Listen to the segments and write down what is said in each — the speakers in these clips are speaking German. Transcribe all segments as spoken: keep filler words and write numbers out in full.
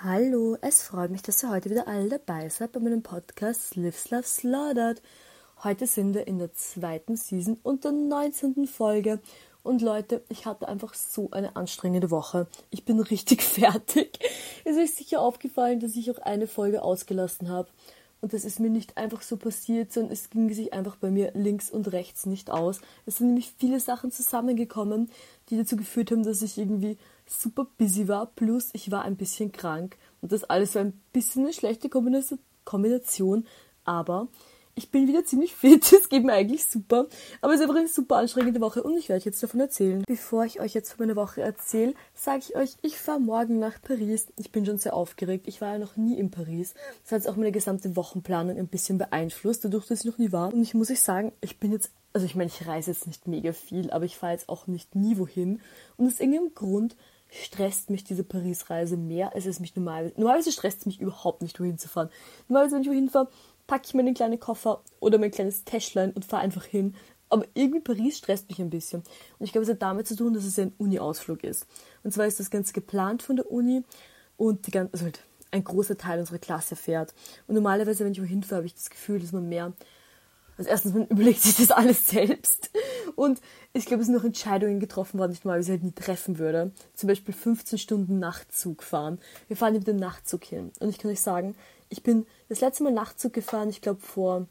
Hallo, es freut mich, dass ihr heute wieder alle dabei seid bei meinem Podcast Lives, Love, Slaughtered. Heute sind wir in der zweiten Season und der neunzehnten Folge. Und Leute, ich hatte einfach so eine anstrengende Woche. Ich bin richtig fertig. Es ist euch sicher aufgefallen, dass ich auch eine Folge ausgelassen habe. Und das ist mir nicht einfach so passiert, sondern es ging sich einfach bei mir links und rechts nicht aus. Es sind nämlich viele Sachen zusammengekommen, die dazu geführt haben, dass ich irgendwie super busy war. Plus ich war ein bisschen krank. Und das alles war ein bisschen eine schlechte Kombination. Aber ich bin wieder ziemlich fit, es geht mir eigentlich super. Aber es ist einfach eine super anstrengende Woche und ich werde euch jetzt davon erzählen. Bevor ich euch jetzt von meiner Woche erzähle, sage ich euch, ich fahre morgen nach Paris. Ich bin schon sehr aufgeregt. Ich war ja noch nie in Paris. Das hat jetzt auch meine gesamte Wochenplanung ein bisschen beeinflusst, dadurch, dass ich noch nie war. Und ich muss euch sagen, ich bin jetzt, also ich meine, ich reise jetzt nicht mega viel, aber ich fahre jetzt auch nicht nie wohin. Und aus irgendeinem Grund stresst mich diese Paris-Reise mehr, als es mich normalerweise... Normalerweise stresst es mich überhaupt nicht, wohin zu fahren. Normalerweise, wenn ich wohin fahre, packe ich meinen kleinen Koffer oder mein kleines Täschlein und fahre einfach hin. Aber irgendwie Paris stresst mich ein bisschen. Und ich glaube, es hat damit zu tun, dass es ja ein Uni-Ausflug ist. Und zwar ist das Ganze geplant von der Uni und die ganze, also halt ein großer Teil unserer Klasse fährt. Und normalerweise, wenn ich wohin fahre, habe ich das Gefühl, dass man mehr... Also erstens, man überlegt sich das alles selbst. Und ich glaube, es sind noch Entscheidungen getroffen worden, die ich normalerweise halt nie treffen würde. Zum Beispiel fünfzehn Stunden Nachtzug fahren. Wir fahren mit dem Nachtzug hin. Und ich kann euch sagen, ich bin das letzte Mal Nachtzug gefahren, ich glaube vor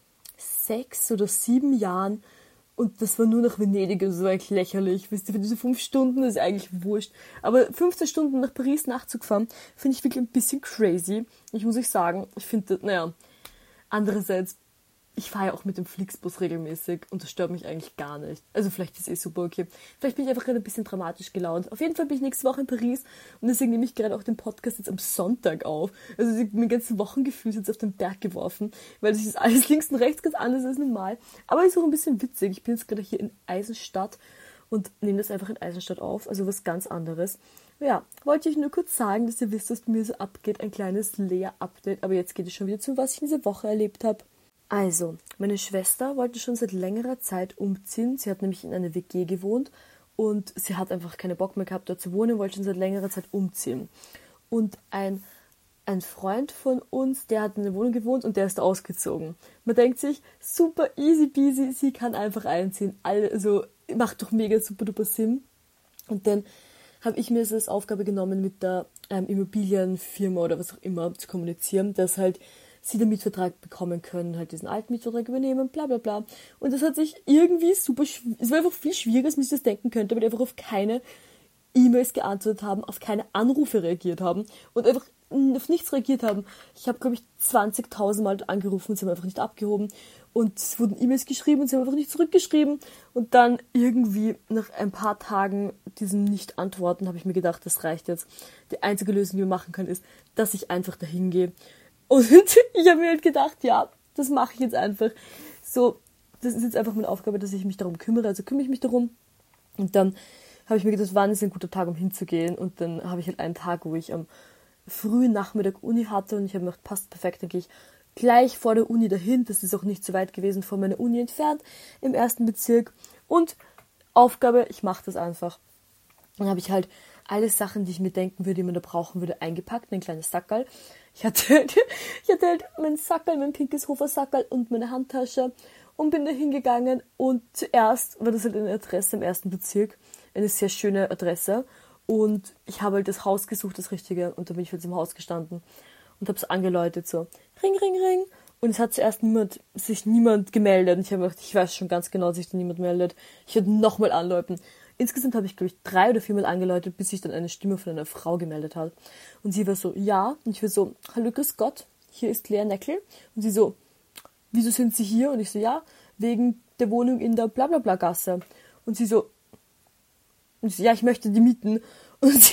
sechs oder sieben Jahren. Und das war nur nach Venedig und so eigentlich lächerlich. Wisst ihr, für diese fünf Stunden ist eigentlich wurscht. Aber fünfzehn Stunden nach Paris Nachtzug fahren, finde ich wirklich ein bisschen crazy. Ich muss euch sagen, ich finde, naja, andererseits, ich fahre ja auch mit dem Flixbus regelmäßig und das stört mich eigentlich gar nicht. Also vielleicht ist es eh super okay. Vielleicht bin ich einfach gerade ein bisschen dramatisch gelaunt. Auf jeden Fall bin ich nächste Woche in Paris und deswegen nehme ich gerade auch den Podcast jetzt am Sonntag auf. Also mein ganzes Wochengefühl ist jetzt auf den Berg geworfen, weil sich das alles links und rechts ganz anders als normal. Aber es ist auch ein bisschen witzig. Ich bin jetzt gerade hier in Eisenstadt und nehme das einfach in Eisenstadt auf. Also was ganz anderes. Ja, wollte ich nur kurz sagen, dass ihr wisst, was bei mir so abgeht. Ein kleines Lea-Update. Aber jetzt geht es schon wieder zu, was ich in dieser Woche erlebt habe. Also, meine Schwester wollte schon seit längerer Zeit umziehen. Sie hat nämlich in einer W G gewohnt und sie hat einfach keinen Bock mehr gehabt, dort zu wohnen, wollte schon seit längerer Zeit umziehen. Und ein, ein Freund von uns, der hat in der Wohnung gewohnt und der ist ausgezogen. Man denkt sich, super easy peasy, sie kann einfach einziehen. Also, macht doch mega super duper Sinn. Und dann habe ich mir das als Aufgabe genommen, mit der ähm, Immobilienfirma oder was auch immer zu kommunizieren, dass halt sie den Mietvertrag bekommen können, halt diesen alten Mietvertrag übernehmen, bla bla bla. Und das hat sich irgendwie super, es war einfach viel schwieriger, als man sich das denken könnte, weil die einfach auf keine E-Mails geantwortet haben, auf keine Anrufe reagiert haben und einfach auf nichts reagiert haben. Ich habe, glaube ich, zwanzigtausend Mal angerufen und sie haben einfach nicht abgehoben. Und es wurden E-Mails geschrieben und sie haben einfach nicht zurückgeschrieben. Und dann irgendwie nach ein paar Tagen diesem Nicht-Antworten habe ich mir gedacht, das reicht jetzt. Die einzige Lösung, die wir machen können, ist, dass ich einfach dahin gehe. Und ich habe mir halt gedacht, ja, das mache ich jetzt einfach. So, das ist jetzt einfach meine Aufgabe, dass ich mich darum kümmere. Also kümmere ich mich darum. Und dann habe ich mir gedacht, wann ist ein guter Tag, um hinzugehen. Und dann habe ich halt einen Tag, wo ich am frühen Nachmittag Uni hatte. Und ich habe mir gedacht, passt perfekt, dann gehe ich gleich vor der Uni dahin. Das ist auch nicht so weit gewesen von meiner Uni entfernt, im ersten Bezirk. Und Aufgabe, ich mache das einfach. Dann habe ich halt alle Sachen, die ich mir denken würde, die man da brauchen würde, eingepackt in ein kleines Sackerl. Ich hatte, halt, ich hatte halt mein Sackerl, mein pinkes Hofer-Sackerl und meine Handtasche und bin da hingegangen und zuerst war das halt eine Adresse im ersten Bezirk, eine sehr schöne Adresse und ich habe halt das Haus gesucht, das Richtige, und da bin ich jetzt im Haus gestanden und habe es angeläutet, so Ring, Ring, Ring, und es hat zuerst niemand, sich niemand gemeldet und ich habe gedacht, ich weiß schon ganz genau, dass sich da niemand meldet. Ich werde nochmal anläuten. Insgesamt habe ich, glaube ich, drei oder viermal angeläutet, bis sich dann eine Stimme von einer Frau gemeldet hat. Und sie war so, ja. Und ich war so, hallo, grüß Gott, hier ist Lea Neckel. Und sie so, wieso sind Sie hier? Und ich so, ja, wegen der Wohnung in der Blablabla-Gasse. Und sie so, und ich so, ja, ich möchte die mieten. Und sie,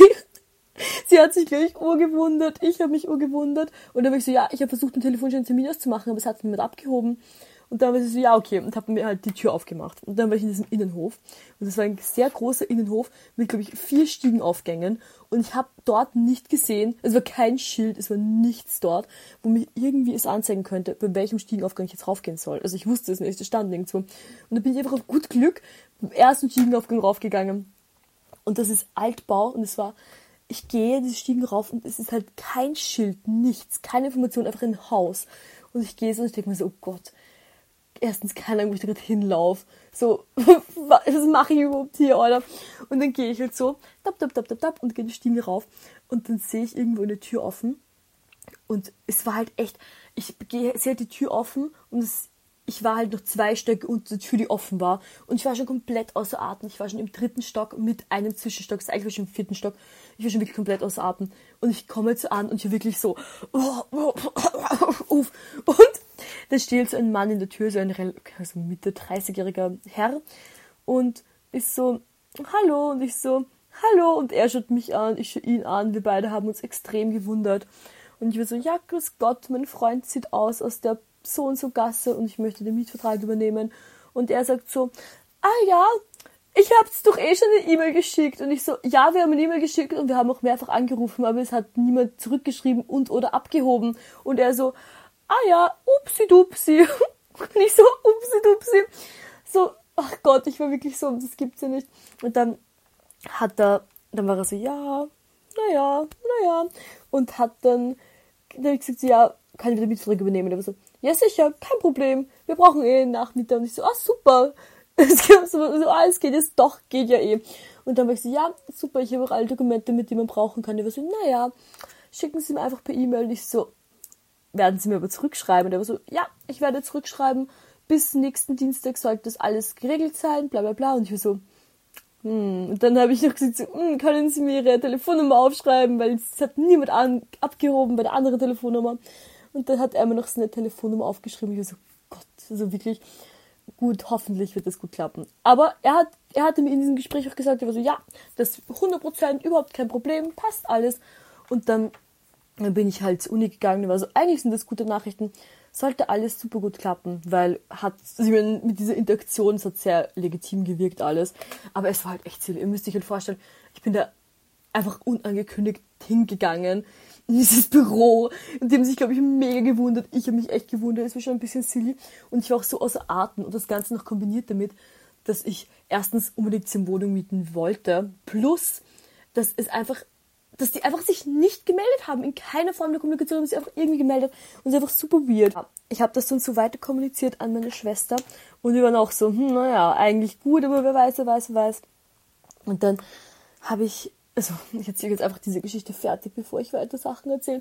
sie hat sich, glaube ich, urgewundert. Ich habe mich urgewundert. Und dann war ich so, ja, ich habe versucht, einen telefonischen Termin auszumachen, aber es hat niemand abgehoben. Und dann war sie so, ja, okay, und habe mir halt die Tür aufgemacht. Und dann war ich in diesem Innenhof. Und das war ein sehr großer Innenhof mit, glaube ich, vier Stiegenaufgängen. Und ich habe dort nicht gesehen, es war kein Schild, es war nichts dort, wo mich irgendwie es anzeigen könnte, bei welchem Stiegenaufgang ich jetzt raufgehen soll. Also ich wusste es nicht, es stand nirgendwo. Und dann bin ich einfach auf gut Glück beim ersten Stiegenaufgang raufgegangen. Und das ist Altbau und es war ich gehe diese Stiegen rauf und es ist halt kein Schild, nichts, keine Information, einfach ein Haus. Und ich gehe so und ich denke mir so, oh Gott, erstens keine Ahnung, wo ich da gerade hinlaufe. So, was mache ich überhaupt hier, oder? Und dann gehe ich halt so, tap, tap, tap, tap, tap, und gehe die Stiegen rauf. Und dann sehe ich irgendwo eine Tür offen. Und es war halt echt, ich gehe, sehe halt die Tür offen und es, ich war halt noch zwei Stöcke unter der Tür, die offen war. Und ich war schon komplett außer Atem. Ich war schon im dritten Stock mit einem Zwischenstock. Das ist eigentlich schon im vierten Stock. Ich war schon wirklich komplett außer Atem. Und ich komme jetzt so an und ich war wirklich so, oh, oh, oh, uff. Und da steht so ein Mann in der Tür, so ein also Mitte dreißigjähriger Herr. Und ist so, hallo. Und ich so, hallo. Und er schaut mich an, ich schaue ihn an. Wir beide haben uns extrem gewundert. Und ich war so, ja, grüß Gott, mein Freund sieht aus aus der so und so Gasse und ich möchte den Mietvertrag übernehmen. Und er sagt so, ah ja, ich hab's doch eh schon eine E-Mail geschickt. Und ich so, ja, wir haben eine E-Mail geschickt und wir haben auch mehrfach angerufen, aber es hat niemand zurückgeschrieben und oder abgehoben. Und er so, ah ja, upsi-dupsi. Und ich so, upsi-dupsi. So, ach Gott, ich war wirklich so, das gibt's ja nicht. Und dann hat er, dann war er so, ja, naja, naja. Und hat dann, dann habe ich gesagt, so, ja, kann ich wieder Mietvertrag übernehmen? Und er war so, ja sicher, kein Problem, wir brauchen eh einen Nachmieter. Und ich so, ah super, es geht so, ah, es geht jetzt doch, geht ja eh. Und dann war ich so, ja, super, ich habe auch alle Dokumente, mit denen man brauchen kann. Und er war so, naja, schicken Sie mir einfach per E-Mail. Und ich so, werden Sie mir aber zurückschreiben? Und er war so, ja, ich werde zurückschreiben, bis nächsten Dienstag sollte das alles geregelt sein, bla bla bla. Und ich war so, hm. Und dann habe ich noch gesagt, so, hm, können Sie mir Ihre Telefonnummer aufschreiben, weil es hat niemand an, abgehoben bei der anderen Telefonnummer. Und dann hat er mir noch so eine Telefonnummer aufgeschrieben. Ich war so, Gott, also wirklich gut, hoffentlich wird das gut klappen. Aber er hat, er hatte mir in diesem Gespräch auch gesagt, er war so, ja, das hundert Prozent überhaupt kein Problem, passt alles. Und dann, dann bin ich halt zur Uni gegangen und war so, eigentlich sind das gute Nachrichten, sollte alles super gut klappen, weil hat, also ich meine, mit dieser Interaktion, es hat sehr legitim gewirkt alles, aber es war halt echt silly. Ihr müsst euch halt vorstellen, ich bin da einfach unangekündigt hingegangen in dieses Büro und die haben sich, glaube ich, mega gewundert. Ich habe mich echt gewundert, es war schon ein bisschen silly und ich war auch so außer Atem und das Ganze noch kombiniert damit, dass ich erstens unbedingt diese Wohnung mieten wollte, plus, dass es einfach dass die einfach sich nicht gemeldet haben, in keiner Form der Kommunikation haben sie einfach irgendwie gemeldet und es ist einfach super weird. Ich habe das dann so weiter kommuniziert an meine Schwester und wir waren auch so, hm, naja, eigentlich gut, aber wer weiß, wer weiß, wer weiß. Und dann habe ich, also ich erzähle jetzt einfach diese Geschichte fertig, bevor ich weiter Sachen erzähle.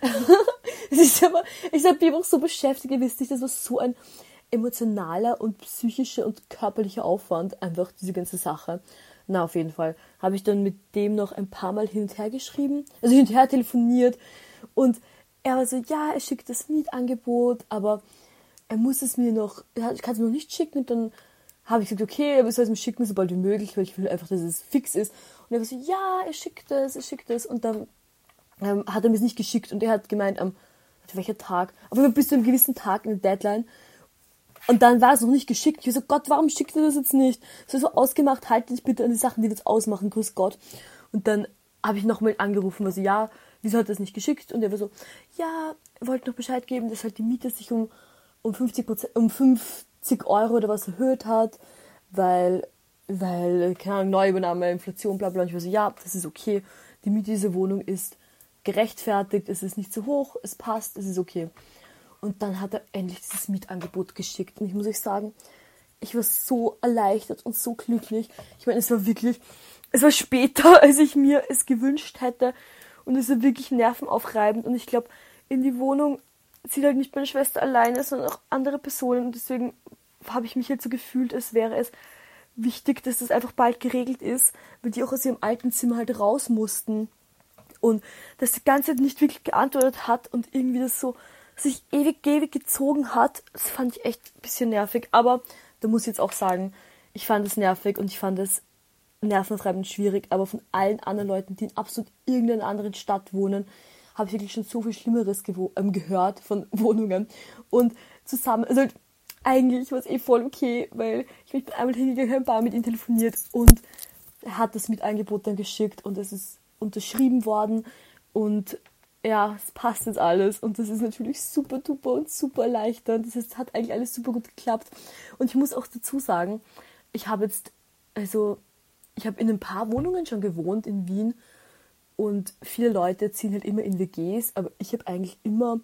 Es ist aber, ich habe mich einfach so beschäftigt, ihr wisst nicht, das war so ein emotionaler und psychischer und körperlicher Aufwand, einfach diese ganze Sache. Na, auf jeden Fall. Habe ich dann mit dem noch ein paar Mal hin und her geschrieben, also hin und her telefoniert und er war so, ja, er schickt das Mietangebot, aber er muss es mir noch, ich kann es mir noch nicht schicken und dann habe ich gesagt, okay, aber soll es mir schicken, sobald wie möglich, weil ich will einfach, dass es fix ist. Und er war so, ja, er schickt es, er schickt es und dann ähm, hat er mir es nicht geschickt und er hat gemeint, am, welcher Tag, auf jeden Fall bis zu einem gewissen Tag eine Deadline. Und dann war es noch nicht geschickt. Ich war so, Gott, warum schickt ihr das jetzt nicht? So so ausgemacht, haltet dich bitte an die Sachen, die wir jetzt ausmachen, grüß Gott. Und dann habe ich nochmal angerufen, also ja, wieso hat er das nicht geschickt? Und er war so, ja, er wollte noch Bescheid geben, dass halt die Miete sich um, um fünfzig Prozent, um fünfzig Euro oder was erhöht hat, weil, weil, keine Ahnung, Neuübernahme, Inflation, bla bla. Und ich war so, ja, das ist okay. Die Miete dieser Wohnung ist gerechtfertigt, es ist nicht zu hoch, es passt, es ist okay. Und dann hat er endlich dieses Mietangebot geschickt. Und ich muss euch sagen, ich war so erleichtert und so glücklich. Ich meine, es war wirklich, es war später, als ich mir es gewünscht hätte. Und es war wirklich nervenaufreibend. Und ich glaube, in die Wohnung zieht halt nicht meine Schwester alleine, sondern auch andere Personen. Und deswegen habe ich mich halt so gefühlt, als wäre es wichtig, dass das einfach bald geregelt ist, weil die auch aus ihrem alten Zimmer halt raus mussten. Und dass die ganze Zeit nicht wirklich geantwortet hat und irgendwie das so sich ewig, ewig gezogen hat, das fand ich echt ein bisschen nervig. Aber da muss ich jetzt auch sagen, ich fand es nervig und ich fand es nervenaufreibend schwierig. Aber von allen anderen Leuten, die in absolut irgendeiner anderen Stadt wohnen, habe ich wirklich schon so viel Schlimmeres gewo- ähm, gehört von Wohnungen. Und zusammen, also eigentlich war es eh voll okay, weil ich bin einmal hingegangen, ein paar mit ihm telefoniert und er hat das Mitangebot dann geschickt und es ist unterschrieben worden und ja, es passt jetzt alles und das ist natürlich super duper und super erleichternd. Das heißt, hat eigentlich alles super gut geklappt. Und ich muss auch dazu sagen, ich habe jetzt, also, ich habe in ein paar Wohnungen schon gewohnt in Wien Und viele Leute ziehen halt immer in W Gs, aber ich habe eigentlich immer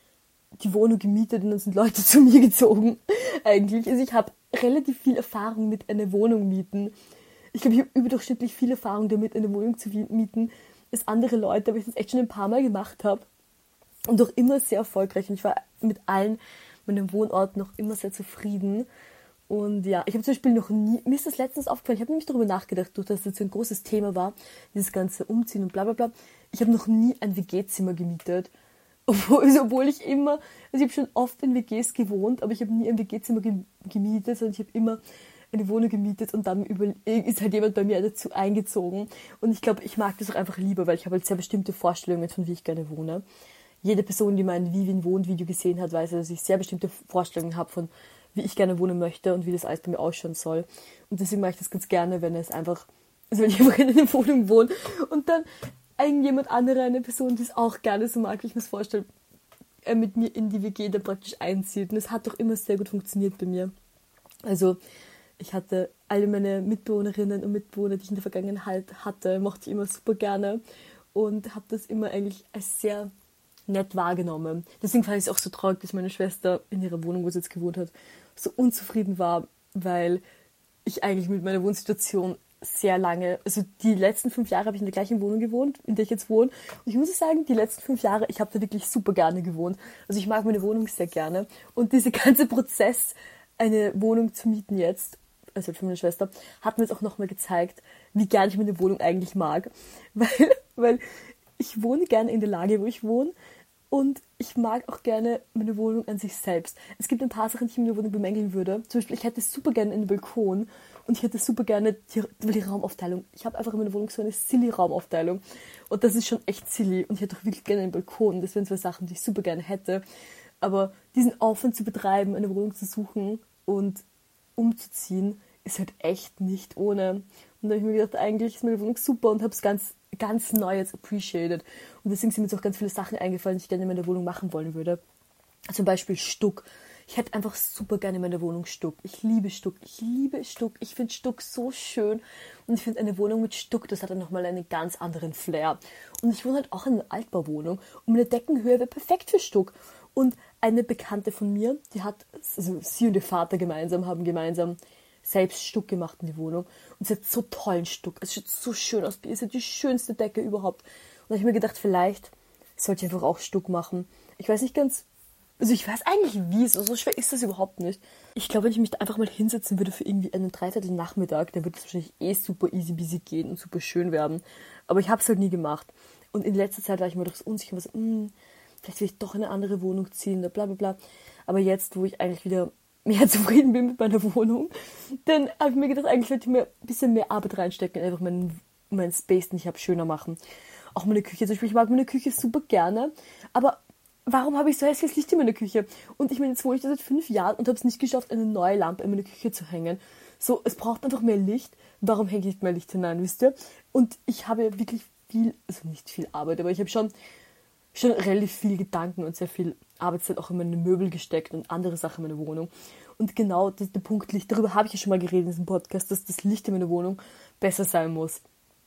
die Wohnung gemietet und dann sind Leute zu mir gezogen. Eigentlich. Also ich habe relativ viel Erfahrung mit einer Wohnung mieten. Ich glaube, ich habe überdurchschnittlich viel Erfahrung damit, eine Wohnung zu mieten, als andere Leute, weil ich das echt schon ein paar Mal gemacht habe. Und auch immer sehr erfolgreich. Und ich war mit allen meinen Wohnorten noch immer sehr zufrieden. Und ja, ich habe zum Beispiel noch nie, mir ist das letztens aufgefallen, ich habe nämlich darüber nachgedacht, durch das das so ein großes Thema war, dieses ganze Umziehen und bla bla bla. Ich habe noch nie ein W G-Zimmer gemietet. Obwohl, also obwohl ich immer, also ich habe schon oft in W Gs gewohnt, aber ich habe nie ein W G-Zimmer ge- gemietet, sondern ich habe immer eine Wohnung gemietet und dann über, ist halt jemand bei mir dazu eingezogen. Und ich glaube, ich mag das auch einfach lieber, weil ich habe halt sehr bestimmte Vorstellungen, von wie ich gerne wohne. Jede Person, die mein Wie-Wien wohnt-Video gesehen hat, weiß, dass ich sehr bestimmte Vorstellungen habe von wie ich gerne wohnen möchte und wie das alles bei mir ausschauen soll. Und deswegen mache ich das ganz gerne, wenn es einfach, also wenn ich einfach in einer Wohnung wohne und dann irgendjemand andere, eine Person, die es auch gerne so mag, wie ich mir das vorstelle, äh, mit mir in die W G dann praktisch einzieht. Und es hat doch immer sehr gut funktioniert bei mir. Also ich hatte alle meine Mitbewohnerinnen und Mitbewohner, die ich in der Vergangenheit hatte, mochte ich immer super gerne und habe das immer eigentlich als sehr nett wahrgenommen. Deswegen fand ich es auch so traurig, dass meine Schwester in ihrer Wohnung, wo sie jetzt gewohnt hat, so unzufrieden war, weil ich eigentlich mit meiner Wohnsituation sehr lange, also die letzten fünf Jahre habe ich in der gleichen Wohnung gewohnt, in der ich jetzt wohne. Und ich muss sagen, die letzten fünf Jahre, ich habe da wirklich super gerne gewohnt. Also ich mag meine Wohnung sehr gerne. Und dieser ganze Prozess, eine Wohnung zu mieten jetzt, also für meine Schwester, hat mir jetzt auch nochmal gezeigt, wie gern ich meine Wohnung eigentlich mag. Weil, weil ich wohne gerne in der Lage, wo ich wohne. Und ich mag auch gerne meine Wohnung an sich selbst. Es gibt ein paar Sachen, die ich in meiner Wohnung bemängeln würde. Zum Beispiel, ich hätte super gerne einen Balkon und ich hätte super gerne die, die Raumaufteilung. Ich habe einfach in meiner Wohnung so eine silly Raumaufteilung und das ist schon echt silly und ich hätte auch wirklich gerne einen Balkon. Das wären zwei Sachen, die ich super gerne hätte. Aber diesen Aufwand zu betreiben, eine Wohnung zu suchen und umzuziehen, ist halt echt nicht ohne. Und da habe ich mir gedacht, eigentlich ist meine Wohnung super und habe es ganz, ganz neu jetzt appreciated. Und deswegen sind mir jetzt auch ganz viele Sachen eingefallen, die ich gerne in meiner Wohnung machen wollen würde. Zum Beispiel Stuck. Ich hätte einfach super gerne in meiner Wohnung Stuck. Ich liebe Stuck. Ich liebe Stuck. Ich finde Stuck so schön. Und ich finde eine Wohnung mit Stuck, das hat dann nochmal einen ganz anderen Flair. Und ich wohne halt auch in einer Altbauwohnung. Und meine Deckenhöhe wäre perfekt für Stuck. Und eine Bekannte von mir, die hat, also sie und ihr Vater gemeinsam, haben gemeinsam selbst Stuck gemacht in die Wohnung. Und sie hat so tollen Stuck. Es sieht so schön aus. Sie hat die schönste Decke überhaupt. Und da habe ich mir gedacht, vielleicht sollte ich einfach auch Stuck machen. Ich weiß nicht ganz, also ich weiß eigentlich wie, so, so schwer ist das überhaupt nicht. Ich glaube, wenn ich mich da einfach mal hinsetzen würde für irgendwie einen Dreiviertel Nachmittag, dann würde es wahrscheinlich eh super easy busy gehen und super schön werden. Aber ich habe es halt nie gemacht. Und in letzter Zeit war ich mir doch so unsicher, was, mh, vielleicht will ich doch in eine andere Wohnung ziehen, bla bla bla. Aber jetzt, wo ich eigentlich wieder mehr zufrieden bin mit meiner Wohnung, dann habe ich mir gedacht, eigentlich würde ich mir ein bisschen mehr Arbeit reinstecken und einfach meinen, meinen Space, den ich habe, schöner machen. Auch meine Küche, zum Beispiel, ich mag meine Küche super gerne, aber warum habe ich so hässliches Licht in meiner Küche? Und ich meine, jetzt wohne ich da seit fünf Jahren und habe es nicht geschafft, eine neue Lampe in meine Küche zu hängen. So, es braucht einfach mehr Licht. Warum hänge ich nicht mehr Licht hinein, wisst ihr? Und ich habe ja wirklich viel, also nicht viel Arbeit, aber ich habe schon, schon relativ viel Gedanken und sehr viel Arbeitszeit auch in meine Möbel gesteckt und andere Sachen in meine Wohnung. Und genau das, der Punkt Licht, darüber habe ich ja schon mal geredet in diesem Podcast, dass das Licht in meiner Wohnung besser sein muss.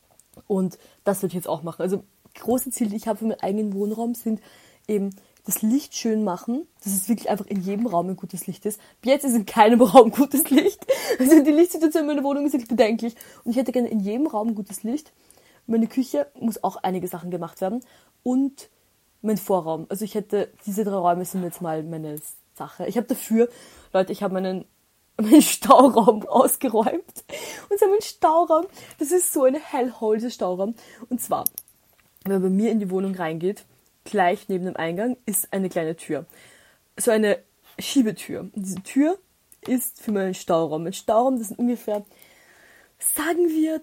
Und das würde ich jetzt auch machen. Also große Ziele, die ich habe für meinen eigenen Wohnraum, sind eben das Licht schön machen, dass es wirklich einfach in jedem Raum ein gutes Licht ist. Jetzt ist in keinem Raum gutes Licht. Also die Lichtsituation in meiner Wohnung ist wirklich bedenklich. Und ich hätte gerne in jedem Raum gutes Licht. Meine Küche muss auch einige Sachen gemacht werden. Und mein Vorraum. Also ich hätte, diese drei Räume sind jetzt mal meine Sache. Ich habe dafür, Leute, ich habe meinen, meinen Stauraum ausgeräumt. Und so mein Stauraum, das ist so eine Hellhole, dieser Stauraum. Und zwar, wenn man bei mir in die Wohnung reingeht, gleich neben dem Eingang ist eine kleine Tür. So eine Schiebetür. Und diese Tür ist für meinen Stauraum. Mein Stauraum, das sind ungefähr, sagen wir,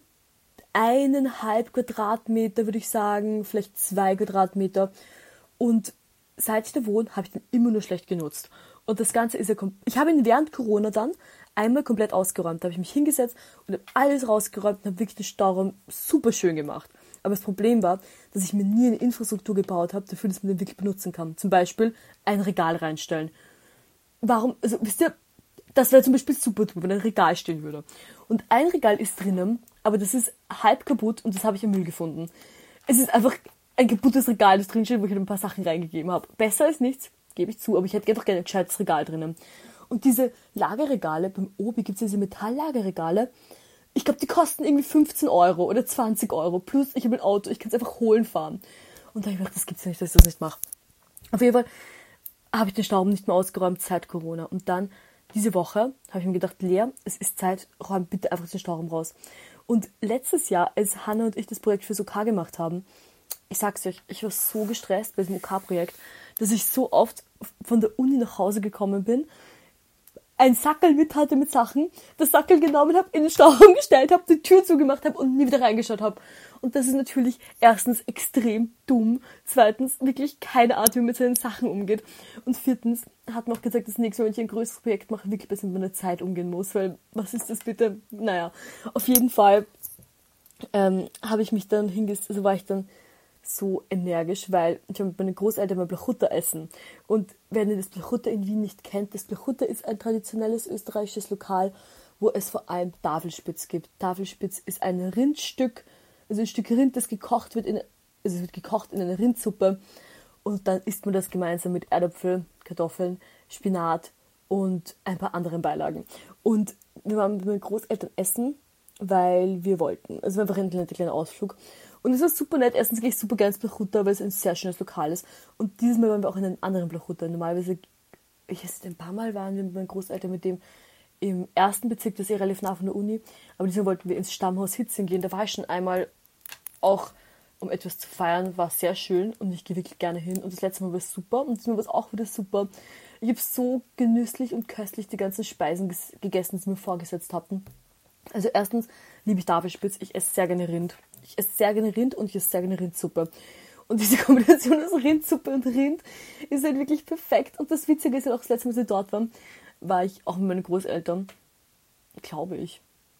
eineinhalb Quadratmeter, würde ich sagen, vielleicht zwei Quadratmeter. Und seit ich da wohne, habe ich den immer nur schlecht genutzt. Und das Ganze ist ja, kom- ich habe ihn während Corona dann einmal komplett ausgeräumt. Da habe ich mich hingesetzt und habe alles rausgeräumt und habe wirklich den Stauraum super schön gemacht. Aber das Problem war, dass ich mir nie eine Infrastruktur gebaut habe, dafür, dass man den wirklich benutzen kann. Zum Beispiel ein Regal reinstellen. Warum, also wisst ihr, das wäre zum Beispiel super, wenn ein Regal stehen würde. Und ein Regal ist drinnen, aber das ist halb kaputt und das habe ich im Müll gefunden. es ist einfach ein kaputtes Regal, das drin steht, wo ich ein paar Sachen reingegeben habe. Besser als nichts, gebe ich zu, aber ich hätte einfach gerne ein gescheites Regal drinnen. Und diese Lagerregale, beim Obi gibt es diese Metalllagerregale, ich glaube, die kosten irgendwie fünfzehn Euro oder zwanzig Euro. Plus, ich habe ein Auto, ich kann es einfach holen fahren. Und da habe ich gedacht, das gibt's ja nicht, dass ich das nicht mache. Auf jeden Fall habe ich den Stauraum nicht mehr ausgeräumt seit Corona. Und dann, diese Woche, habe ich mir gedacht, Lea, es ist Zeit, räum bitte einfach den Stauraum raus. Und letztes Jahr, als Hannah und ich das Projekt fürs O K gemacht haben, ich sag's euch, ich war so gestresst bei diesem O K-Projekt, dass ich so oft von der Uni nach Hause gekommen bin, ein Sackel mit hatte mit Sachen, das Sackel genommen habe, in den Stauraum gestellt habe, die Tür zugemacht habe und nie wieder reingeschaut habe. Und das ist natürlich erstens extrem dumm, zweitens wirklich keine Art, wie man mit seinen Sachen umgeht und viertens hat man auch gesagt, das nächste Mal, wenn ich ein größeres Projekt mache, wirklich besser mit meiner Zeit umgehen muss, weil was ist das bitte? Naja, auf jeden Fall ähm, habe ich mich dann hingesetzt, also war ich dann so energisch, weil ich habe mit meinen Großeltern mal Blechutta essen. Und wer das Blechutta in Wien nicht kennt, das Blechutta ist ein traditionelles österreichisches Lokal, wo es vor allem Tafelspitz gibt. Tafelspitz ist ein Rindstück, also ein Stück Rind, das gekocht wird, in, also es wird gekocht in einer Rindsuppe und dann isst man das gemeinsam mit Erdäpfel, Kartoffeln, Spinat und ein paar anderen Beilagen. Und wir waren mit meinen Großeltern essen, weil wir wollten. Also einfach ein kleiner Ausflug. Und es war super nett. Erstens gehe ich super gerne ins Blechutta, weil es ein sehr schönes Lokal ist. Und dieses Mal waren wir auch in einem anderen Blechutta. Normalerweise, ich weiß nicht, ein paar Mal waren wir mit meinen Großeltern mit dem im ersten Bezirk, das ist relativ nah von der Uni. Aber diesmal wollten wir ins Stammhaus Hitzing gehen. Da war ich schon einmal auch, um etwas zu feiern. War sehr schön und ich gehe wirklich gerne hin. Und das letzte Mal war es super und diesmal war es auch wieder super. Ich habe so genüsslich und köstlich die ganzen Speisen ges- gegessen, die sie mir vorgesetzt hatten. Also erstens liebe ich Tafelspitz. Ich esse sehr gerne Rind. Ich esse sehr gerne Rind und ich esse sehr gerne Rindsuppe. Und diese Kombination aus Rindsuppe und Rind ist halt wirklich perfekt. Und das Witzige ist halt auch, das letzte Mal, als wir dort waren, war ich auch mit meinen Großeltern. Glaube ich.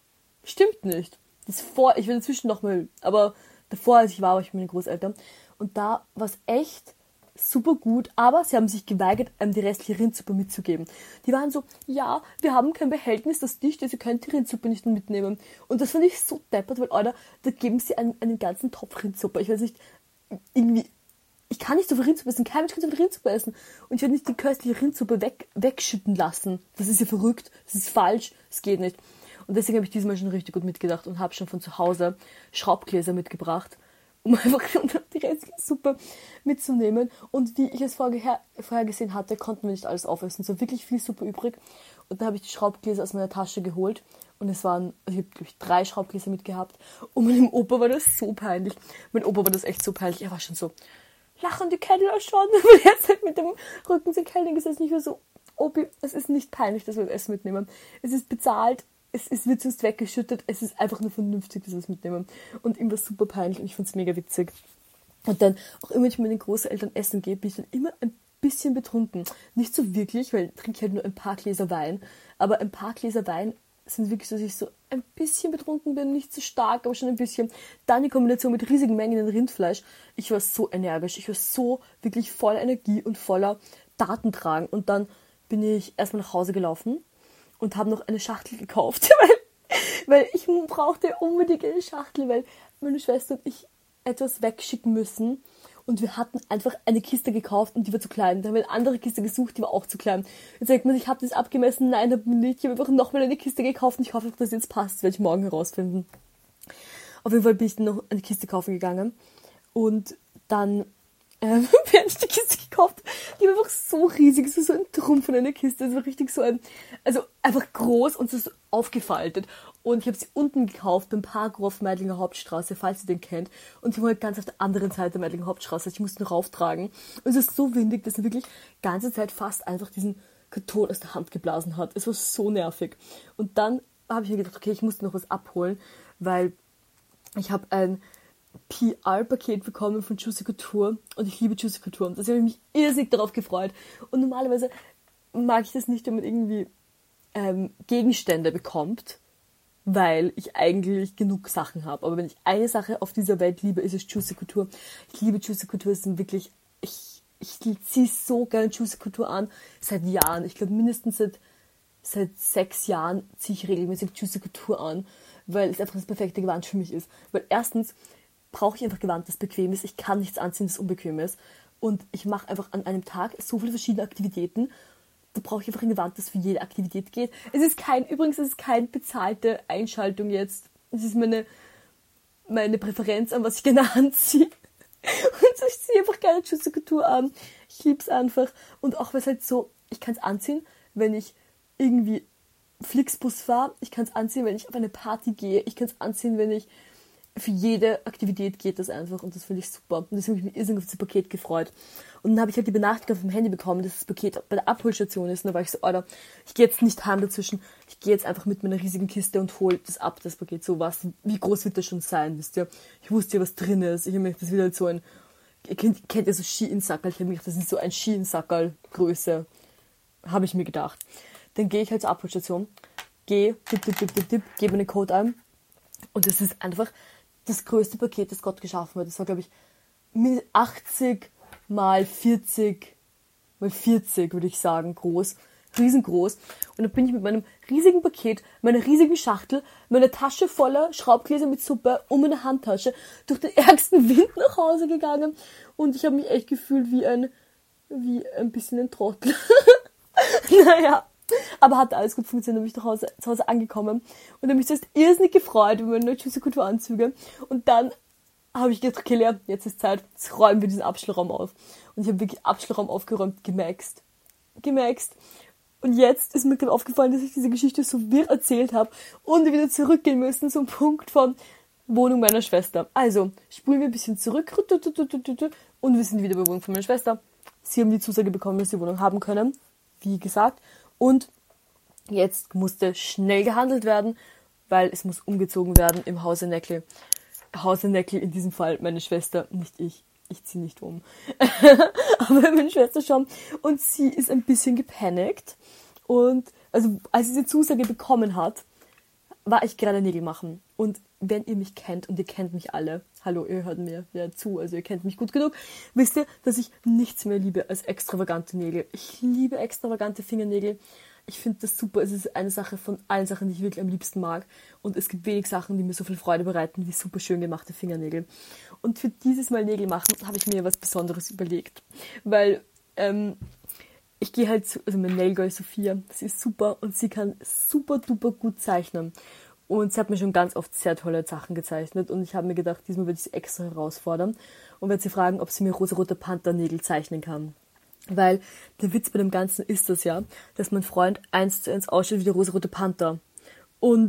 Stimmt nicht. Das vor, ich war dazwischen nochmal, aber davor, als ich war, war ich mit meinen Großeltern. Und da war es echt super gut, aber sie haben sich geweigert, einem die restliche Rindsuppe mitzugeben. Die waren so, ja, wir haben kein Behältnis, das dicht ist, ihr könnt die Rindsuppe nicht mitnehmen. Und das fand ich so deppert, weil, Alter, da geben sie einen, einen ganzen Topf Rindsuppe. Ich weiß nicht, irgendwie, ich kann nicht so viel Rindsuppe essen, kein Mensch kann so viel Rindsuppe essen. Und ich werde nicht die köstliche Rindsuppe weg, wegschütten lassen. Das ist ja verrückt, das ist falsch, das geht nicht. Und deswegen habe ich diesmal schon richtig gut mitgedacht und habe schon von zu Hause Schraubgläser mitgebracht, um einfach die restliche Suppe mitzunehmen. Und wie ich es vorher, vorher gesehen hatte, konnten wir nicht alles aufessen. Es war wirklich viel Suppe übrig. Und dann habe ich die Schraubgläser aus meiner Tasche geholt. Und es waren, also ich habe, glaube ich, drei Schraubgläser mitgehabt. Und meinem Opa war das so peinlich. Mein Opa war das echt so peinlich. Er war schon so, lachen die Kellner schon. Und er ist halt mit dem Rücken zur Kellner gesessen. Ich war so, Opi, es ist nicht peinlich, dass wir das Essen mitnehmen. Es ist bezahlt. Es, es wird sonst weggeschüttet, es ist einfach nur vernünftig, dass wir es mitnehmen. Und ihm war super peinlich und ich fand es mega witzig. Und dann, auch immer, wenn ich mit den Großeltern essen gehe, bin ich dann immer ein bisschen betrunken. Nicht so wirklich, weil ich trinke halt nur ein paar Gläser Wein. Aber ein paar Gläser Wein sind wirklich so, dass ich so ein bisschen betrunken bin, nicht so stark, aber schon ein bisschen. Dann die Kombination mit riesigen Mengen an Rindfleisch. Ich war so energisch, ich war so wirklich voller Energie und voller Datentragen. Und dann bin ich erstmal nach Hause gelaufen und habe noch eine Schachtel gekauft, weil, weil ich brauchte unbedingt eine Schachtel, weil meine Schwester und ich etwas wegschicken müssen und wir hatten einfach eine Kiste gekauft und die war zu klein. Dann haben wir eine andere Kiste gesucht, die war auch zu klein. Jetzt sagt man, ich habe das abgemessen, nein, habe ich nicht. Ich habe einfach nochmal eine Kiste gekauft und ich hoffe, dass das jetzt passt, das werde ich morgen herausfinden. Auf jeden Fall bin ich dann noch eine Kiste kaufen gegangen und dann Ähm, während ich die Kiste gekauft, die war einfach so riesig, so, so ein Trumpf von einer Kiste, es war richtig so ein, also einfach groß und so, so aufgefaltet. Und ich habe sie unten gekauft beim Parkrohr auf Meidlinger Hauptstraße, falls ihr den kennt. Und die war halt ganz auf der anderen Seite der Meidlinger Hauptstraße, ich musste ihn rauftragen. Und es ist so windig, dass er wirklich die ganze Zeit fast einfach diesen Karton aus der Hand geblasen hat. Es war so nervig. Und dann habe ich mir gedacht, okay, ich musste noch was abholen, weil ich habe ein P R-Paket bekommen von Juicy Couture und ich liebe Juicy Couture und deswegen habe ich mich irrsinnig darauf gefreut. Und normalerweise mag ich das nicht, wenn man irgendwie ähm, Gegenstände bekommt, weil ich eigentlich genug Sachen habe. Aber wenn ich eine Sache auf dieser Welt liebe, ist es Juicy Couture. Ich liebe Juicy Couture, es sind wirklich, ich, ich ziehe so gerne Juicy Couture an, seit Jahren. Ich glaube mindestens seit, seit sechs Jahren ziehe ich regelmäßig Juicy Couture an, weil es einfach das perfekte Gewand für mich ist. Weil erstens, brauche ich einfach Gewand, das bequem ist. Ich kann nichts anziehen, das unbequem ist. Und ich mache einfach an einem Tag so viele verschiedene Aktivitäten. Da brauche ich einfach ein Gewand, das für jede Aktivität geht. Es ist kein, übrigens ist es keine bezahlte Einschaltung jetzt. Es ist meine, meine Präferenz an, was ich gerne anziehe. Und so, ich ziehe einfach gerne Juicy Couture an. Ich liebe es einfach. Und auch, weil es halt so, ich kann es anziehen, wenn ich irgendwie Flixbus fahre. Ich kann es anziehen, wenn ich auf eine Party gehe. Ich kann es anziehen, wenn ich für jede Aktivität geht das einfach. Und das finde ich super. Und deswegen habe ich mich irrsinnig auf das Paket gefreut. Und dann habe ich halt die Benachrichtigung auf dem Handy bekommen, dass das Paket bei der Abholstation ist. Und da war ich so, Alter, ich gehe jetzt nicht heim dazwischen. Ich gehe jetzt einfach mit meiner riesigen Kiste und hole das ab, das Paket. So was. Wie groß wird das schon sein, wisst ihr? Ich wusste ja, was drin ist. Ich habe mir gedacht, das wird halt so ein, ihr kennt, kennt ja so Ski-In-Sackerl. Ich habe mir gedacht, das ist so ein Ski-In-Sackerl-Größe. Habe ich mir gedacht. Dann gehe ich halt zur Abholstation, gehe, tipp, tipp, tipp, tipp, tipp, gebe einen Code ein. Und das ist einfach das größte Paket, das Gott geschaffen hat. Das war, glaube ich, achtzig mal vierzig mal vierzig, würde ich sagen, groß. Riesengroß. Und dann bin ich mit meinem riesigen Paket, meiner riesigen Schachtel, meiner Tasche voller Schraubgläser mit Suppe und meiner Handtasche durch den ärgsten Wind nach Hause gegangen. Und ich habe mich echt gefühlt wie ein, wie ein bisschen ein Trottel. Naja. Aber hat alles gut funktioniert, dann bin ich nach Hause, zu Hause angekommen und habe mich zuerst irrsinnig gefreut über meine Juicy Couture Anzüge und dann habe ich gedacht, okay, Lea, jetzt ist Zeit, jetzt räumen wir diesen Abstellraum auf. Und ich habe wirklich Abstellraum aufgeräumt, gemaxt. Gemaxt. Und jetzt ist mir gerade aufgefallen, dass ich diese Geschichte so wirr erzählt habe und wir wieder zurückgehen müssen zum Punkt von Wohnung meiner Schwester. Also, spulen wir ein bisschen zurück und wir sind wieder bei der Wohnung von meiner Schwester. Sie haben die Zusage bekommen, dass sie die Wohnung haben können, wie gesagt. Und jetzt musste schnell gehandelt werden, weil es muss umgezogen werden im Hause Neckel. Hause Neckel in diesem Fall meine Schwester, nicht ich. Ich ziehe nicht um. Aber meine Schwester schon. Und sie ist ein bisschen gepanikt. Und also als sie die Zusage bekommen hat, war ich gerade Nägel machen. Und wenn ihr mich kennt, und ihr kennt mich alle, hallo, ihr hört mir ja zu, also ihr kennt mich gut genug, wisst ihr, dass ich nichts mehr liebe als extravagante Nägel. Ich liebe extravagante Fingernägel. Ich finde das super. Es ist eine Sache von allen Sachen, die ich wirklich am liebsten mag. Und es gibt wenig Sachen, die mir so viel Freude bereiten, wie super schön gemachte Fingernägel. Und für dieses Mal Nägel machen, habe ich mir was Besonderes überlegt. Weil, ähm, ich gehe halt zu, also meine Nailgirl Sophia, sie ist super und sie kann super duper gut zeichnen. Und sie hat mir schon ganz oft sehr tolle Sachen gezeichnet und ich habe mir gedacht, diesmal werde ich sie extra herausfordern und werde sie fragen, ob sie mir rosarote Panther-Nägel zeichnen kann. Weil der Witz bei dem Ganzen ist das ja, dass mein Freund eins zu eins ausschaut wie der rosarote Panther. Und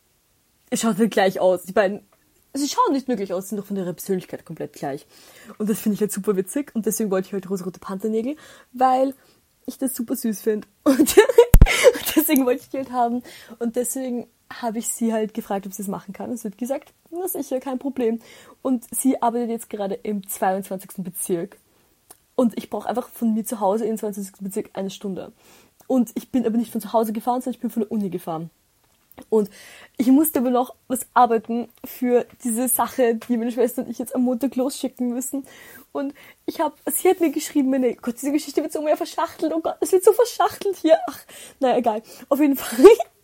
es schaut halt gleich aus. Die beiden, sie schauen nicht wirklich aus, sind doch von ihrer Persönlichkeit komplett gleich. Und das finde ich halt super witzig und deswegen wollte ich halt rosarote Panther-Nägel, weil ich das super süß finde. Und deswegen wollte ich die halt haben. Und deswegen habe ich sie halt gefragt, ob sie es machen kann. Es wird gesagt, na sicher, kein Problem. Und sie arbeitet jetzt gerade im zweiundzwanzigsten Bezirk. Und ich brauche einfach von mir zu Hause in den zweiundzwanzigsten Bezirk eine Stunde. Und ich bin aber nicht von zu Hause gefahren, sondern ich bin von der Uni gefahren. Und ich musste aber noch was arbeiten für diese Sache, die meine Schwester und ich jetzt am Montag losschicken müssen. Und ich habe, sie hat mir geschrieben, meine Gott, diese Geschichte wird so mehr verschachtelt. Oh Gott, es wird so verschachtelt hier. Ach, naja, egal. Auf jeden Fall,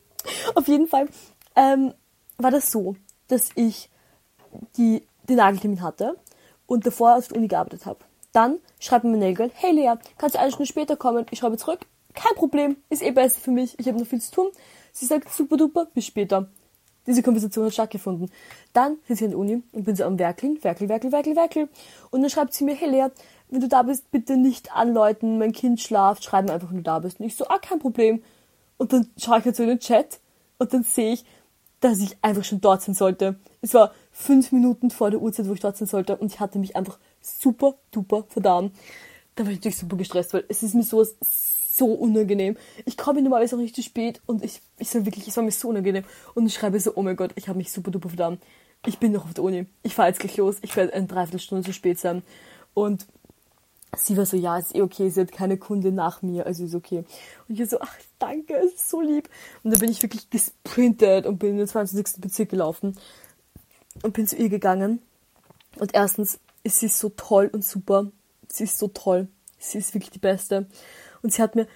auf jeden Fall ähm, war das so, dass ich die, den Nageltermin hatte und davor auf der Uni gearbeitet habe. Dann schreibt mir meine Nailgirl, hey Lea, kannst du eine Stunde später kommen? Ich schreibe zurück. Kein Problem, ist eh besser für mich. Ich habe noch viel zu tun. Sie sagt, super duper, bis später. Diese Konversation hat stattgefunden. Dann sitze ich in der Uni und bin so am Werkeln, Werkel, Werkel, Werkel, Werkel. Und dann schreibt sie mir, hey Lea, wenn du da bist, bitte nicht anläuten, mein Kind schlaft, schreib mir einfach, wenn du da bist. Und ich so, ah, kein Problem. Und dann schaue ich halt so in den Chat und dann sehe ich, dass ich einfach schon dort sein sollte. Es war fünf Minuten vor der Uhrzeit, wo ich dort sein sollte und ich hatte mich einfach super duper verdammt. Da war ich natürlich super gestresst, weil es ist mir so so unangenehm. Ich komme normalerweise auch nicht zu spät und ich, ich soll wirklich, es war mir so unangenehm. Und ich schreibe so, oh mein Gott, ich habe mich super duper verdammt. Ich bin noch auf der Uni. Ich fahre jetzt gleich los. Ich werde eine Dreiviertelstunde zu spät sein. Und sie war so, ja, ist eh okay, sie hat keine Kunde nach mir, also ist okay. Und ich so, ach, danke, es ist so lieb. Und dann bin ich wirklich gesprintet und bin in den zweiundzwanzigsten Bezirk gelaufen und bin zu ihr gegangen. Und erstens ist sie so toll und super. Sie ist so toll. Sie ist wirklich die Beste. Und sie hat mir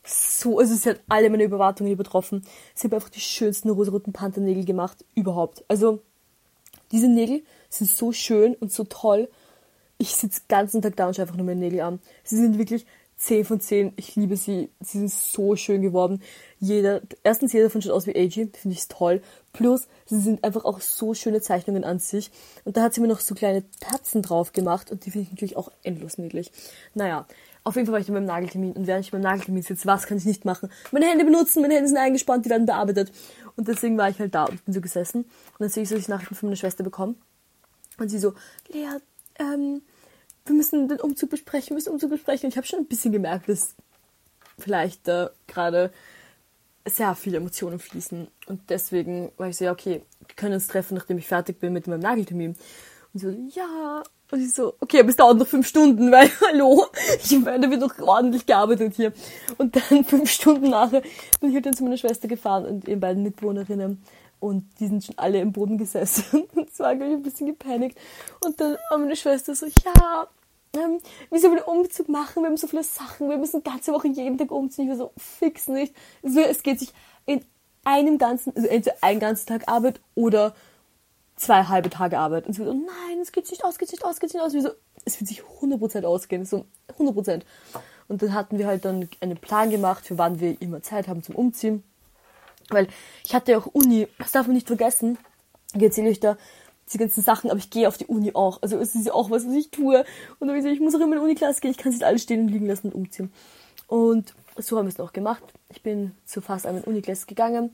so, also sie hat alle meine Überwartungen übertroffen. Sie hat einfach die schönsten rosaroten Panthernägel gemacht überhaupt. Also Diese Nägel sind so schön und so toll. Ich sitze den ganzen Tag da und schaue einfach nur meine Nägel an. Sie sind wirklich zehn von zehn. Ich liebe sie. Sie sind so schön geworden. Jeder, erstens, jeder davon schaut aus wie A J. Finde ich toll. Plus, sie sind einfach auch so schöne Zeichnungen an sich. Und da hat sie mir noch so kleine Tatzen drauf gemacht. Und die finde ich natürlich auch endlos niedlich. Naja, auf jeden Fall war ich dann beim Nageltermin. Und während ich beim Nageltermin sitze, was kann ich nicht machen? Meine Hände benutzen, meine Hände sind eingespannt, die werden bearbeitet. Und deswegen war ich halt da und bin so gesessen. Und dann sehe ich so, dass ich Nachrichten von meiner Schwester bekomme. Und sie so, Lea, ähm, wir müssen den Umzug besprechen, wir müssen den Umzug besprechen. Und ich habe schon ein bisschen gemerkt, dass vielleicht äh, gerade sehr viele Emotionen fließen. Und deswegen war ich so, ja, okay, wir können uns treffen, nachdem ich fertig bin mit meinem Nageltermin. Und sie so, ja. Und ich so, okay, aber es dauert noch fünf Stunden, weil, hallo, ich meine, da wird noch ordentlich gearbeitet hier. Und dann fünf Stunden nachher bin ich halt dann zu meiner Schwester gefahren und ihren beiden Mitbewohnerinnen. Und die sind schon alle im Boden gesessen. Und zwar, glaube ich, ein bisschen gepanikt. Und dann war meine Schwester so, ja, ähm, wie sollen wir den Umzug machen? Wir haben so viele Sachen. Wir müssen ganze Woche jeden Tag umziehen. Ich war so, fix nicht. Also, es geht sich in einem ganzen, also entweder ein ganzen Tag Arbeit oder zwei halbe Tage Arbeit. Und sie so, nein, es geht nicht aus, geht nicht aus, geht nicht aus. Und wir so, es wird sich hundert Prozent ausgehen. So, hundert Prozent. Und dann hatten wir halt dann einen Plan gemacht, für wann wir immer Zeit haben zum Umziehen. Weil ich hatte ja auch Uni, das darf man nicht vergessen. Ich erzähle euch da diese ganzen Sachen, aber ich gehe auf die Uni auch. Also es ist ja auch was, was ich tue. Und dann habe ich gesagt, ich muss auch immer in die Uniklasse gehen, ich kann es nicht alles stehen und liegen lassen und umziehen. Und so haben wir es dann auch gemacht. Ich bin zu fast einer Uniklasse gegangen.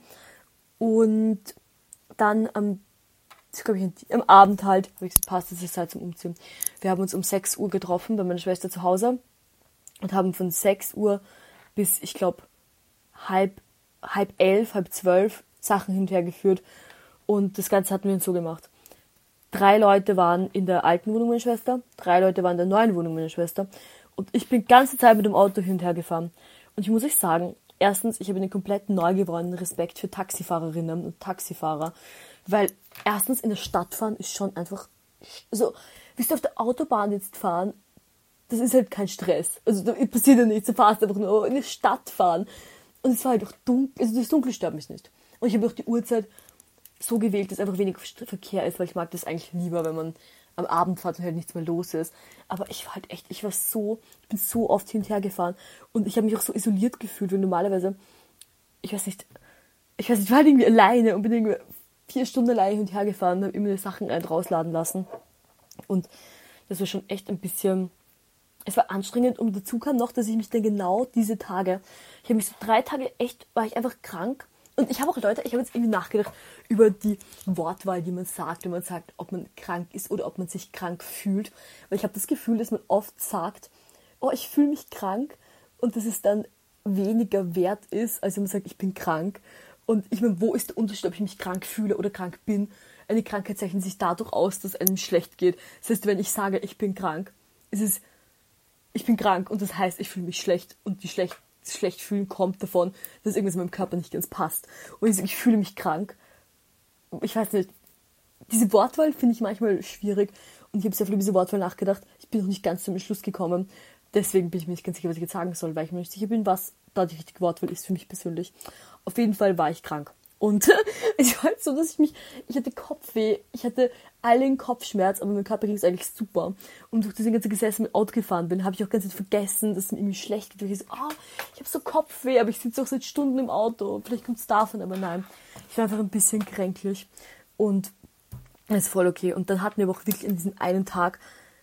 Und dann am, glaube ich, am Abend halt, habe ich gesagt, passt, es ist Zeit zum Umziehen. Wir haben uns um sechs Uhr getroffen bei meiner Schwester zu Hause und haben von sechs Uhr bis, ich glaube, halb halb elf, halb zwölf Sachen hinterhergeführt und das Ganze hatten wir uns so gemacht. Drei Leute waren in der alten Wohnung meiner Schwester, drei Leute waren in der neuen Wohnung meiner Schwester und ich bin die ganze Zeit mit dem Auto hinterhergefahren. Und ich muss euch sagen, erstens, ich habe einen komplett neu gewonnenen Respekt für Taxifahrerinnen und Taxifahrer, weil erstens in der Stadt fahren ist schon einfach so, wie du auf der Autobahn jetzt fahren, das ist halt kein Stress. Also da passiert ja nichts, du fährst einfach nur in der Stadt fahren. Und es war halt auch dunkel, also das Dunkel stört mich nicht. Und ich habe auch die Uhrzeit so gewählt, dass einfach wenig Verkehr ist, weil ich mag das eigentlich lieber, wenn man am Abend fährt und halt nichts mehr los ist. Aber ich war halt echt, ich war so, ich bin so oft hin und her gefahren und ich habe mich auch so isoliert gefühlt, weil normalerweise, ich weiß nicht, ich weiß nicht, ich war halt irgendwie alleine und bin irgendwie vier Stunden alleine hin und her gefahren und habe immer die Sachen ein- rausladen lassen. Und das war schon echt ein bisschen, es war anstrengend und dazu kam noch, dass ich mich dann genau diese Tage, ich habe mich so drei Tage echt, war ich einfach krank. Und ich habe auch Leute, ich habe jetzt irgendwie nachgedacht über die Wortwahl, die man sagt, wenn man sagt, ob man krank ist oder ob man sich krank fühlt. Weil ich habe das Gefühl, dass man oft sagt, oh, ich fühle mich krank und dass es dann weniger wert ist, als wenn man sagt, ich bin krank. Und ich meine, wo ist der Unterschied, ob ich mich krank fühle oder krank bin? Eine Krankheit zeichnet sich dadurch aus, dass einem schlecht geht. Das heißt, wenn ich sage, ich bin krank, ist es ich bin krank und das heißt, ich fühle mich schlecht und die schlecht, das schlecht fühlen kommt davon, dass irgendwas in meinem Körper nicht ganz passt. Und ich, ich fühle mich krank. Ich weiß nicht, diese Wortwahl finde ich manchmal schwierig und ich habe sehr viel über diese Wortwahl nachgedacht. Ich bin noch nicht ganz zum Schluss gekommen. Deswegen bin ich mir nicht ganz sicher, was ich jetzt sagen soll, weil ich mir nicht sicher bin, was da die richtige Wortwahl ist für mich persönlich. Auf jeden Fall war ich krank. Und es war halt so, dass ich mich, ich hatte Kopfweh, ich hatte allen Kopfschmerz, aber meinem Körper ging es eigentlich super. Und durch das ganze Gesessen mit Auto gefahren bin, habe ich auch ganz vergessen, dass es mir irgendwie schlecht geht. Und ich so, ah, oh, ich habe so Kopfweh, aber ich sitze auch seit Stunden im Auto. Vielleicht kommt es davon, aber nein. Ich war einfach ein bisschen kränklich. Und das ist voll okay. Und dann hatten wir aber auch wirklich in diesem einen Tag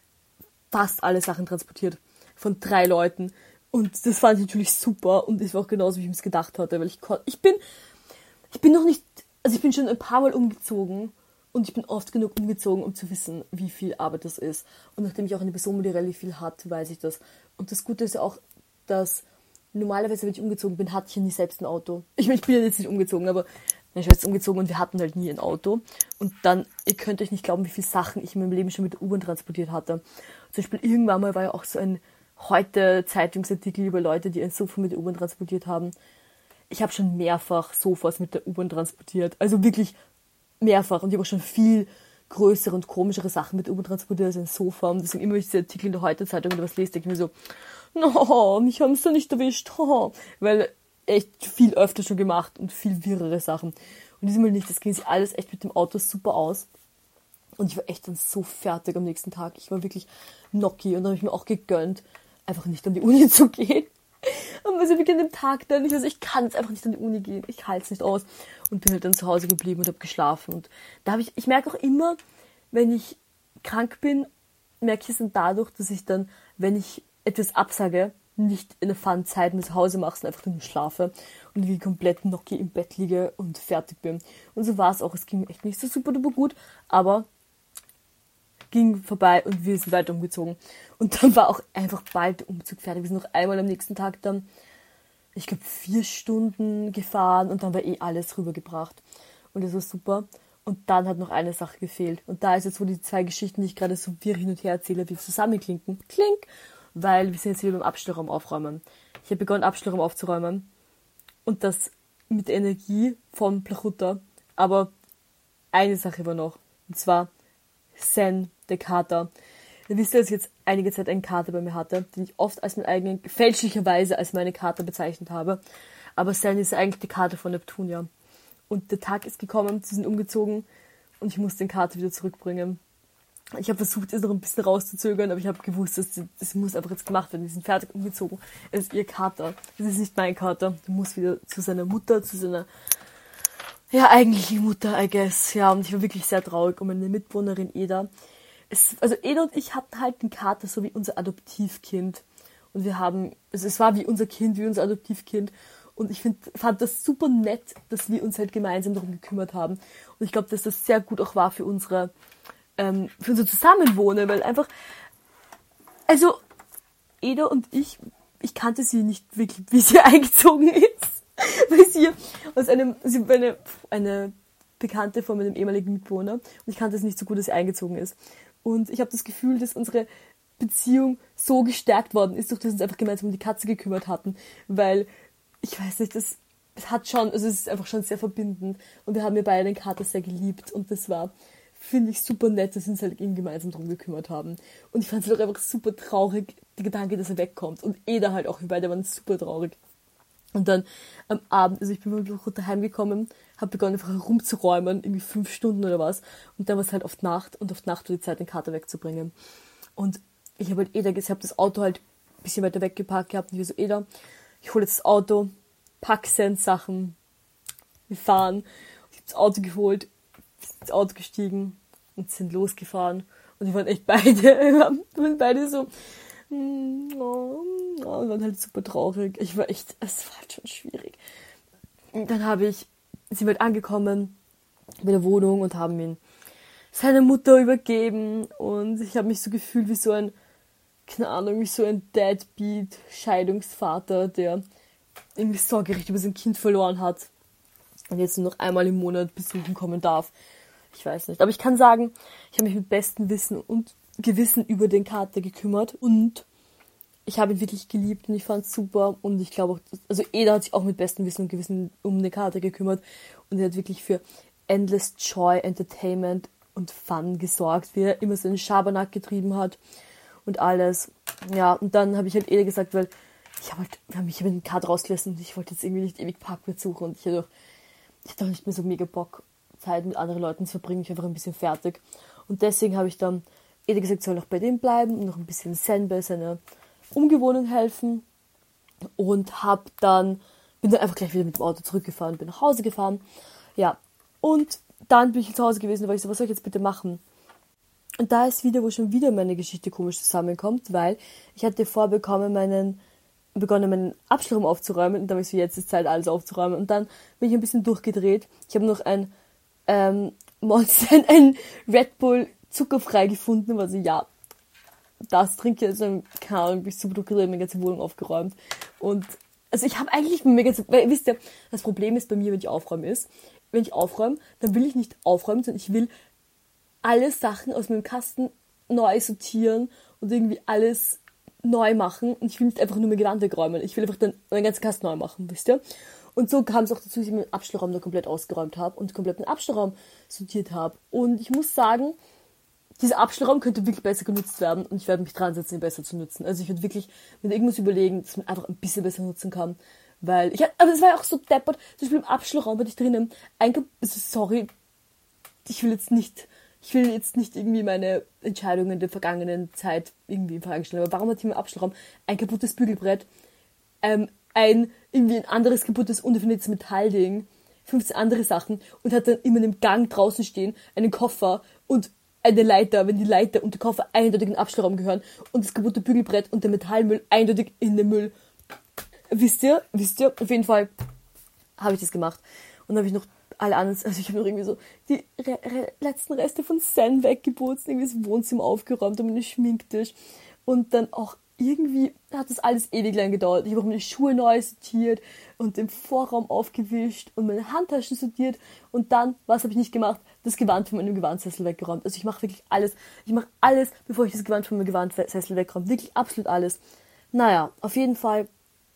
fast alle Sachen transportiert. Von drei Leuten. Und das fand ich natürlich super. Und es war auch genauso, wie ich mir es gedacht hatte. Weil ich konnte, ich bin... Ich bin noch nicht, also ich bin schon ein paar Mal umgezogen und ich bin oft genug umgezogen, um zu wissen, wie viel Arbeit das ist. Und nachdem ich auch eine Person bin, die relativ viel hat, weiß ich das. Und das Gute ist ja auch, dass normalerweise, wenn ich umgezogen bin, hatte ich ja nie selbst ein Auto. Ich meine, ich bin ja jetzt nicht umgezogen, aber meine Schwester ist umgezogen und wir hatten halt nie ein Auto. Und dann, ihr könnt euch nicht glauben, wie viele Sachen ich in meinem Leben schon mit der U-Bahn transportiert hatte. Zum Beispiel irgendwann mal war ja auch so ein Heute-Zeitungsartikel über Leute, die ein Sofa mit der U-Bahn transportiert haben. Ich habe schon mehrfach Sofas mit der U-Bahn transportiert. Also wirklich mehrfach. Und ich habe auch schon viel größere und komischere Sachen mit der U-Bahn transportiert als ein Sofa. Und deswegen immer, wenn ich diese Artikel in der Heute-Zeitung oder was lese, denke ich mir so, no, mich haben sie nicht erwischt. Weil echt viel öfter schon gemacht und viel wirrere Sachen. Und diesmal nicht. Das ging sich alles echt mit dem Auto super aus. Und ich war echt dann so fertig am nächsten Tag. Ich war wirklich Gnocchi und dann habe ich mir auch gegönnt, einfach nicht an die Uni zu gehen. Und also wirklich an dem Tag dann, ich, also ich kann jetzt einfach nicht an die Uni gehen, ich halte es nicht aus und bin halt dann zu Hause geblieben und habe geschlafen. Und da habe ich, ich merke auch immer, wenn ich krank bin, merke ich es dann dadurch, dass ich dann, wenn ich etwas absage, nicht in der Fun-Zeit mit zu Hause mache, sondern einfach nur schlafe und wie komplett Gnocchi im Bett liege und fertig bin. Und so war es auch. Es ging mir echt nicht so super duper gut, aber ging vorbei und wir sind weiter umgezogen. Und dann war auch einfach bald der Umzug fertig. Wir sind noch einmal am nächsten Tag dann, ich glaube, vier Stunden gefahren und dann war eh alles rübergebracht. Und das war super. Und dann hat noch eine Sache gefehlt. Und da ist jetzt, wo die zwei Geschichten, die ich gerade so wir hin und her erzähle, wie zusammenklinken. Klink! Weil wir sind jetzt wieder beim Abstellraum aufräumen. Ich habe begonnen, Abstellraum aufzuräumen. Und das mit der Energie von Plachuta. Aber eine Sache war noch. Und zwar Sen, der Kater. Ihr wisst ja, dass ich jetzt einige Zeit einen Kater bei mir hatte, den ich oft als meinen eigenen, fälschlicherweise als meine Kater bezeichnet habe. Aber Sen ist eigentlich die Kater von Neptunia. Und der Tag ist gekommen, sie sind umgezogen und ich muss den Kater wieder zurückbringen. Ich habe versucht, es noch ein bisschen rauszuzögern, aber ich habe gewusst, dass das muss einfach jetzt gemacht werden. Die sind fertig umgezogen. Es ist ihr Kater. Das ist nicht mein Kater. Der muss wieder zu seiner Mutter, zu seiner, ja, eigentlichen Mutter, I guess. Ja, und ich war wirklich sehr traurig um meine Mitbewohnerin Eda. Es, also Eda und ich hatten halt den Kater so wie unser Adoptivkind. Und wir haben, also es war wie unser Kind, wie unser Adoptivkind. Und ich find, fand das super nett, dass wir uns halt gemeinsam darum gekümmert haben. Und ich glaube, dass das sehr gut auch war für unsere, ähm, für unser Zusammenwohnen, weil einfach, also Eda und ich, ich kannte sie nicht wirklich, wie sie eingezogen ist. Weil sie aus einem, sie war eine, eine Bekannte von meinem ehemaligen Mitbewohner und ich kannte es nicht so gut, dass sie eingezogen ist. Und ich habe das Gefühl, dass unsere Beziehung so gestärkt worden ist, durch dass wir uns einfach gemeinsam um die Katze gekümmert hatten, weil ich weiß nicht, das, das hat schon, also es ist einfach schon sehr verbindend und wir haben ja beide den Kater sehr geliebt und das war, finde ich, super nett, dass wir uns halt eben gemeinsam drum gekümmert haben. Und ich fand es auch einfach super traurig, der Gedanke, dass er wegkommt und Eda halt auch, wir beide waren super traurig. Und dann am Abend, also ich bin mit Rutter heimgekommen, habe begonnen einfach herumzuräumen, irgendwie fünf Stunden oder was und dann war es halt oft Nacht und oft Nacht war die Zeit, den Kater wegzubringen. Und ich habe halt Eda gesagt, ich habe das Auto halt ein bisschen weiter weggeparkt gehabt und ich war so, Eda, ich hole jetzt das Auto, pack Sens Sachen, wir fahren. Ich habe das Auto geholt, ins Auto gestiegen und sind losgefahren. Und wir waren echt beide, wir waren beide so, oh, oh, und waren halt super traurig. Ich war echt, es war halt schon schwierig. Und dann habe ich, sind wir halt angekommen bei der Wohnung und haben ihn seiner Mutter übergeben. Und ich habe mich so gefühlt wie so ein, keine Ahnung, wie so ein Deadbeat-Scheidungsvater, der irgendwie Sorgerecht über sein Kind verloren hat und jetzt nur noch einmal im Monat besuchen kommen darf. Ich weiß nicht. Aber ich kann sagen, ich habe mich mit bestem Wissen und Gewissen über den Kater gekümmert und ich habe ihn wirklich geliebt und ich fand es super und ich glaube auch, also Eda hat sich auch mit bestem Wissen und Gewissen um den Kater gekümmert und er hat wirklich für endless Joy, Entertainment und Fun gesorgt, wie er immer so einen Schabernack getrieben hat und alles. Ja, und dann habe ich halt Eda gesagt, weil ich habe halt, wir haben mich mit dem Kater rausgelassen und ich wollte jetzt irgendwie nicht ewig Parkplatz suchen und ich hatte auch, ich hatte auch nicht mehr so mega Bock, Zeit mit anderen Leuten zu verbringen. Ich war einfach ein bisschen fertig. Und deswegen habe ich dann Eda gesagt, soll noch bei dem bleiben und noch ein bisschen Sen bei seiner Umgewohnung helfen und habe dann, bin dann einfach gleich wieder mit dem Auto zurückgefahren, bin nach Hause gefahren. Ja, und dann bin ich zu Hause gewesen und war ich so, was soll ich jetzt bitte machen? Und da ist wieder, wo schon wieder meine Geschichte komisch zusammenkommt, weil ich hatte vorbekommen, meinen begonnen, meinen Abschlussraum aufzuräumen und dann habe ich so, jetzt ist Zeit, alles aufzuräumen und dann bin ich ein bisschen durchgedreht. Ich habe noch ein ähm, Monster, ein Red Bull zuckerfrei gefunden, war so, ja, das trinke ich jetzt, also, keine Ahnung, bin ich super durchgedreht, meine ganze Wohnung aufgeräumt und also ich habe eigentlich mir ganze, weil, wisst ihr, das Problem ist bei mir, wenn ich aufräume ist, wenn ich aufräume, dann will ich nicht aufräumen, sondern ich will alle Sachen aus meinem Kasten neu sortieren und irgendwie alles neu machen und ich will nicht einfach nur mein Gewand wegräumen. Ich will einfach dann meinen ganzen Kasten neu machen, wisst ihr? Und so kam es auch dazu, dass ich meinen Abstellraum da komplett ausgeräumt habe und komplett den Abstellraum sortiert habe. Und ich muss sagen, dieser Abstellraum könnte wirklich besser genutzt werden und ich werde mich dran setzen, ihn besser zu nutzen. Also ich würde wirklich mir irgendwas überlegen, dass man einfach ein bisschen besser nutzen kann. Weil ich, aber es war ja auch so deppert, zum Beispiel im Abstellraum hatte ich drinnen, ein, also sorry, ich will jetzt nicht ich will jetzt nicht irgendwie meine Entscheidungen der vergangenen Zeit irgendwie in Frage stellen, aber warum hat hier im Abstellraum ein kaputtes Bügelbrett, ähm, ein irgendwie ein anderes kaputtes, undefiniertes Metallding, fünfzehn andere Sachen und hat dann immer in einem Gang draußen stehen, einen Koffer und eine Leiter, wenn die Leiter und der Koffer eindeutig in den Abstellraum gehören und das kaputte Bügelbrett und der Metallmüll eindeutig in den Müll. Wisst ihr, wisst ihr, auf jeden Fall habe ich das gemacht. Und dann habe ich noch alle anderen, also ich habe noch irgendwie so die re- re- letzten Reste von Zen weggeputzt, irgendwie das Wohnzimmer aufgeräumt und meinen Schminktisch. Und dann auch irgendwie hat das alles ewig lang gedauert. Ich habe auch meine Schuhe neu sortiert und den Vorraum aufgewischt und meine Handtaschen sortiert. Und dann, was habe ich nicht gemacht? Das Gewand von meinem Gewandsessel weggeräumt. Also ich mache wirklich alles. Ich mache alles, bevor ich das Gewand von meinem Gewandsessel wegräume. Wirklich absolut alles. Naja, auf jeden Fall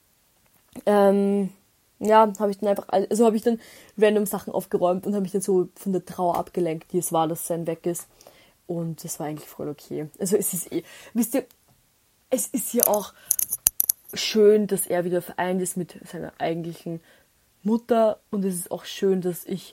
ähm, ja, habe ich dann einfach, all- also habe ich dann random Sachen aufgeräumt und habe mich dann so von der Trauer abgelenkt, die es war, dass Zen weg ist. Und das war eigentlich voll okay. Also es ist eh, wisst ihr, es ist ja auch schön, dass er wieder vereint ist mit seiner eigentlichen Mutter und es ist auch schön, dass ich,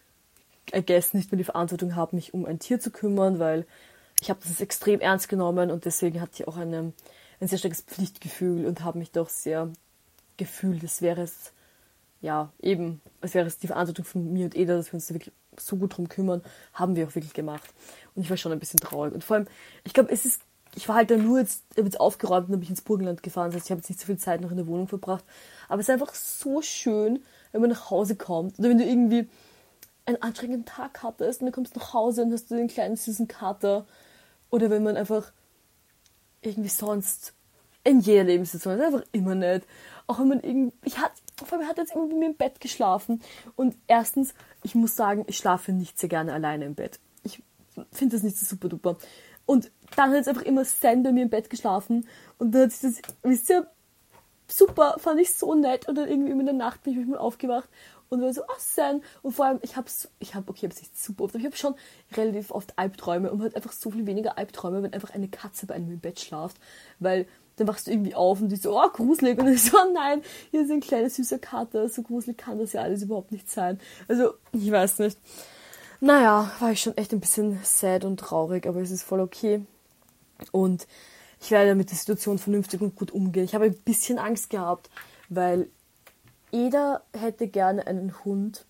I guess, nicht mehr die Verantwortung habe, mich um ein Tier zu kümmern, weil ich habe das extrem ernst genommen und deswegen hatte ich auch eine, ein sehr starkes Pflichtgefühl und habe mich doch sehr gefühlt, als wäre es, ja, eben, als wäre es die Verantwortung von mir und Eda, dass wir uns da wirklich so gut drum kümmern, haben wir auch wirklich gemacht. Und ich war schon ein bisschen traurig. Und vor allem, ich glaube, es ist, ich war halt dann nur jetzt, ich habe jetzt aufgeräumt und habe mich ins Burgenland gefahren, das heißt, ich habe jetzt nicht so viel Zeit noch in der Wohnung verbracht. Aber es ist einfach so schön, wenn man nach Hause kommt oder wenn du irgendwie einen anstrengenden Tag hattest und dann kommst du nach Hause und hast du den kleinen süßen Kater oder wenn man einfach irgendwie sonst in jeder Lebenssituation, das ist einfach immer nett. Auch wenn man irgendwie, ich hatte, vor allem hat er jetzt immer bei mir im Bett geschlafen und erstens, ich muss sagen, ich schlafe nicht sehr gerne alleine im Bett. Ich finde das nicht so super duper. Und dann hat jetzt einfach immer Zen bei mir im Bett geschlafen und dann hat sich das, wisst ihr, super, fand ich so nett und dann irgendwie in der Nacht bin ich mal aufgewacht und war so, oh Zen, und vor allem, ich habe, ich habe, okay, ich habe es nicht super oft, aber ich habe schon relativ oft Albträume und man hat einfach so viel weniger Albträume, wenn einfach eine Katze bei einem im Bett schlaft, weil dann wachst du irgendwie auf und die so, oh, gruselig, und ich so, oh nein, hier ist ein kleiner süßer Kater, so gruselig kann das ja alles überhaupt nicht sein. Also, ich weiß nicht. Naja, war ich schon echt ein bisschen sad und traurig, aber es ist voll okay. Und ich werde mit der Situation vernünftig und gut umgehen. Ich habe ein bisschen Angst gehabt, weil Eda hätte gerne einen Hund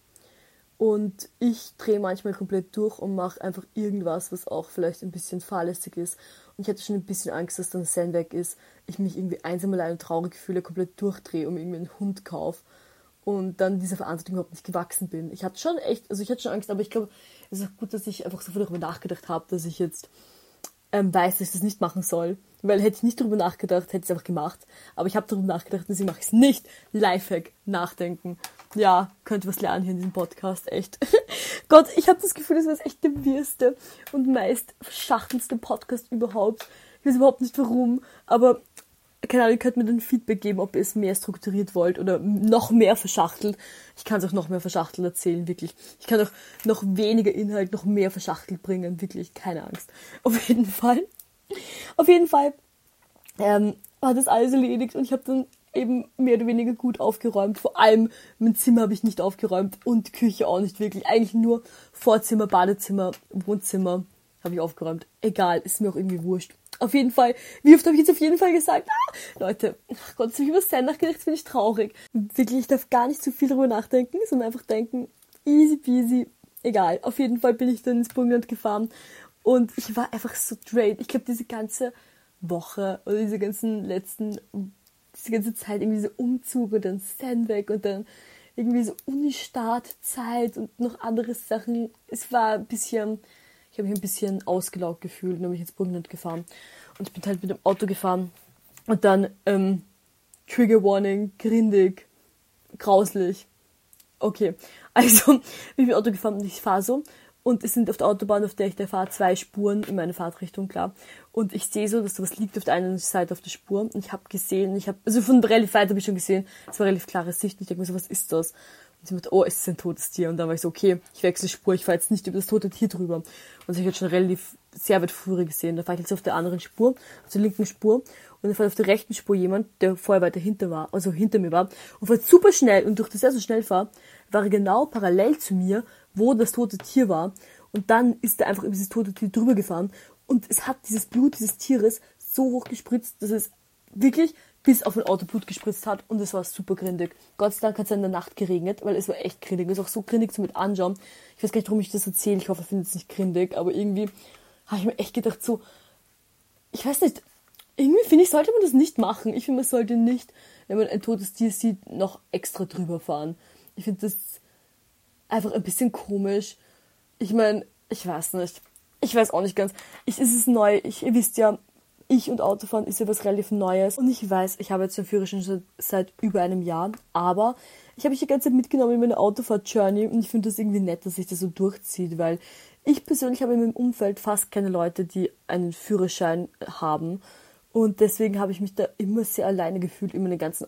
und ich drehe manchmal komplett durch und mache einfach irgendwas, was auch vielleicht ein bisschen fahrlässig ist. Und ich hatte schon ein bisschen Angst, dass dann Zen weg ist, ich mich irgendwie einsam, allein und traurig fühle, komplett durchdrehe und irgendwie einen Hund kaufe und dann dieser Verantwortung überhaupt nicht gewachsen bin. Ich hatte schon echt, also ich hatte schon Angst, aber ich glaube, es ist auch gut, dass ich einfach so viel darüber nachgedacht habe, dass ich jetzt ähm, weiß, dass ich das nicht machen soll. Weil hätte ich nicht darüber nachgedacht, hätte ich es einfach gemacht. Aber ich habe darüber nachgedacht, deswegen mache ich es nicht. Lifehack, nachdenken. Ja, könnt ihr was lernen hier in diesem Podcast, echt. Gott, ich habe das Gefühl, das wäre echt der wirste und meist verschachtelste Podcast überhaupt. Ich weiß überhaupt nicht warum, aber keine Ahnung, ihr könnt mir dann Feedback geben, ob ihr es mehr strukturiert wollt oder noch mehr verschachtelt. Ich kann es auch noch mehr verschachtelt erzählen, wirklich. Ich kann auch noch weniger Inhalt, noch mehr verschachtelt bringen, wirklich, keine Angst. Auf jeden Fall, auf jeden Fall ähm, war das alles erledigt und ich habe dann eben mehr oder weniger gut aufgeräumt. Vor allem mein Zimmer habe ich nicht aufgeräumt und die Küche auch nicht wirklich. Eigentlich nur Vorzimmer, Badezimmer, Wohnzimmer habe ich aufgeräumt. Egal, ist mir auch irgendwie wurscht. Auf jeden Fall, wie oft habe ich jetzt auf jeden Fall gesagt, ah, Leute, ach Gott, jetzt habe ich über Zen nachgedacht, jetzt bin ich traurig. Wirklich, ich darf gar nicht zu viel darüber nachdenken, sondern einfach denken, easy peasy, egal. Auf jeden Fall bin ich dann ins Burgenland gefahren und ich war einfach so drained. Ich glaube, diese ganze Woche oder diese ganzen letzten, diese ganze Zeit, irgendwie so Umzug und dann Zen weg und dann irgendwie so Uni-Startzeit und noch andere Sachen. Es war ein bisschen... Ich habe mich ein bisschen ausgelaugt gefühlt und habe mich ins Burgenland gefahren. Und ich bin halt mit dem Auto gefahren. Und dann, ähm, Trigger Warning, grindig, grauslich. Okay, also, bin ich mit dem Auto gefahren und ich fahre so. Und es sind auf der Autobahn, auf der ich da fahre, zwei Spuren in meine Fahrtrichtung, klar. Und ich sehe so, dass da was liegt auf der einen Seite auf der Spur. Und ich habe gesehen, ich habe, also von relativ weit habe ich schon gesehen, es war relativ klare Sicht. Und ich denke mir so, was ist das? Und sie meinte, oh, es ist ein totes Tier. Und dann war ich so, okay, ich wechsle Spur, ich fahre jetzt nicht über das tote Tier drüber. Und das habe ich jetzt schon relativ sehr weit früher gesehen. Da fahre ich jetzt auf der anderen Spur, auf der linken Spur. Und dann fährt auf der rechten Spur jemand, der vorher weiter hinter war, also hinter mir war. Und fährt super schnell. Und durch das er so schnell war, war er genau parallel zu mir, wo das tote Tier war. Und dann ist er einfach über dieses tote Tier drüber gefahren und es hat dieses Blut dieses Tieres so hoch gespritzt, dass es wirklich bis auf ein Auto Blut gespritzt hat und es war super grindig. Gott sei Dank hat es in der Nacht geregnet, weil es war echt grindig. Es ist auch so grindig zum mit anschauen. Ich weiß gar nicht, warum ich das erzähle. Ich hoffe, ihr findet es nicht grindig, aber irgendwie habe ich mir echt gedacht, so, ich weiß nicht, irgendwie finde ich, sollte man das nicht machen. Ich finde, man sollte nicht, wenn man ein totes Tier sieht, noch extra drüber fahren. Ich finde das einfach ein bisschen komisch. Ich meine, ich weiß nicht. Ich weiß auch nicht ganz. Ich, es ist neu. Ich, ihr wisst ja, ich und Autofahren ist ja was relativ Neues. Und ich weiß, ich habe jetzt den Führerschein schon seit über einem Jahr. Aber ich habe mich die ganze Zeit mitgenommen in meine Autofahrt-Journey. Und ich finde das irgendwie nett, dass sich das so durchzieht. Weil ich persönlich habe in meinem Umfeld fast keine Leute, die einen Führerschein haben. Und deswegen habe ich mich da immer sehr alleine gefühlt in meinen ganzen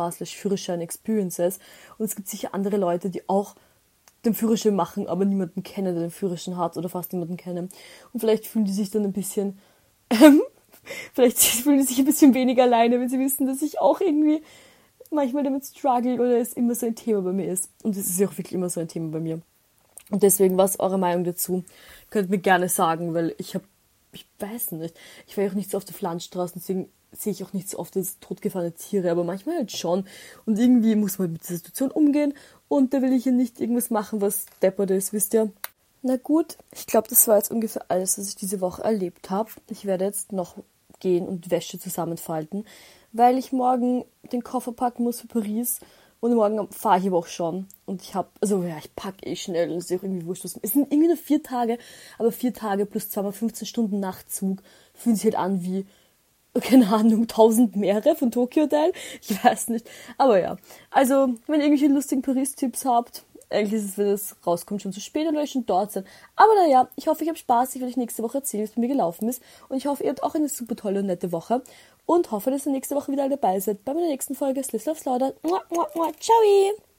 Autofahr-Führerschein-Experiences. Und es gibt sicher andere Leute, die auch den Führerschein machen, aber niemanden kennen, der den Führerschein hat oder fast niemanden kennen. Und vielleicht fühlen die sich dann ein bisschen, ähm, vielleicht fühlen die sich ein bisschen weniger alleine, wenn sie wissen, dass ich auch irgendwie manchmal damit struggle oder es immer so ein Thema bei mir ist. Und es ist ja auch wirklich immer so ein Thema bei mir. Und deswegen, was ist eure Meinung dazu? Könnt ihr mir gerne sagen, weil ich habe, ich weiß nicht, ich war ja auch nicht so oft auf Landstraßen, deswegen sehe ich auch nicht so oft das totgefahrene Tiere, aber manchmal halt schon. Und irgendwie muss man mit der Situation umgehen und da will ich ja nicht irgendwas machen, was deppert ist, wisst ihr? Na gut, ich glaube, das war jetzt ungefähr alles, was ich diese Woche erlebt habe. Ich werde jetzt noch gehen und Wäsche zusammenfalten, weil ich morgen den Koffer packen muss für Paris und morgen fahre ich aber auch schon. Und ich habe, also ja, ich packe eh schnell, das ist auch irgendwie wurscht. Es sind irgendwie nur vier Tage, aber vier Tage plus zweimal fünfzehn Stunden Nachtzug fühlen sich halt an wie, keine Ahnung, tausend Meere von Tokyo Hotel. Ich weiß nicht. Aber ja, also, wenn ihr irgendwelche lustigen Paris-Tipps habt, eigentlich ist es, wenn das rauskommt, schon zu spät oder ich schon dort sein. Aber naja, ich hoffe, ich habe Spaß. Ich werde euch nächste Woche erzählen, wie es bei mir gelaufen ist. Und ich hoffe, ihr habt auch eine super tolle und nette Woche. Und hoffe, dass ihr nächste Woche wieder dabei seid bei meiner nächsten Folge Live Love Slaughtered. Ciao!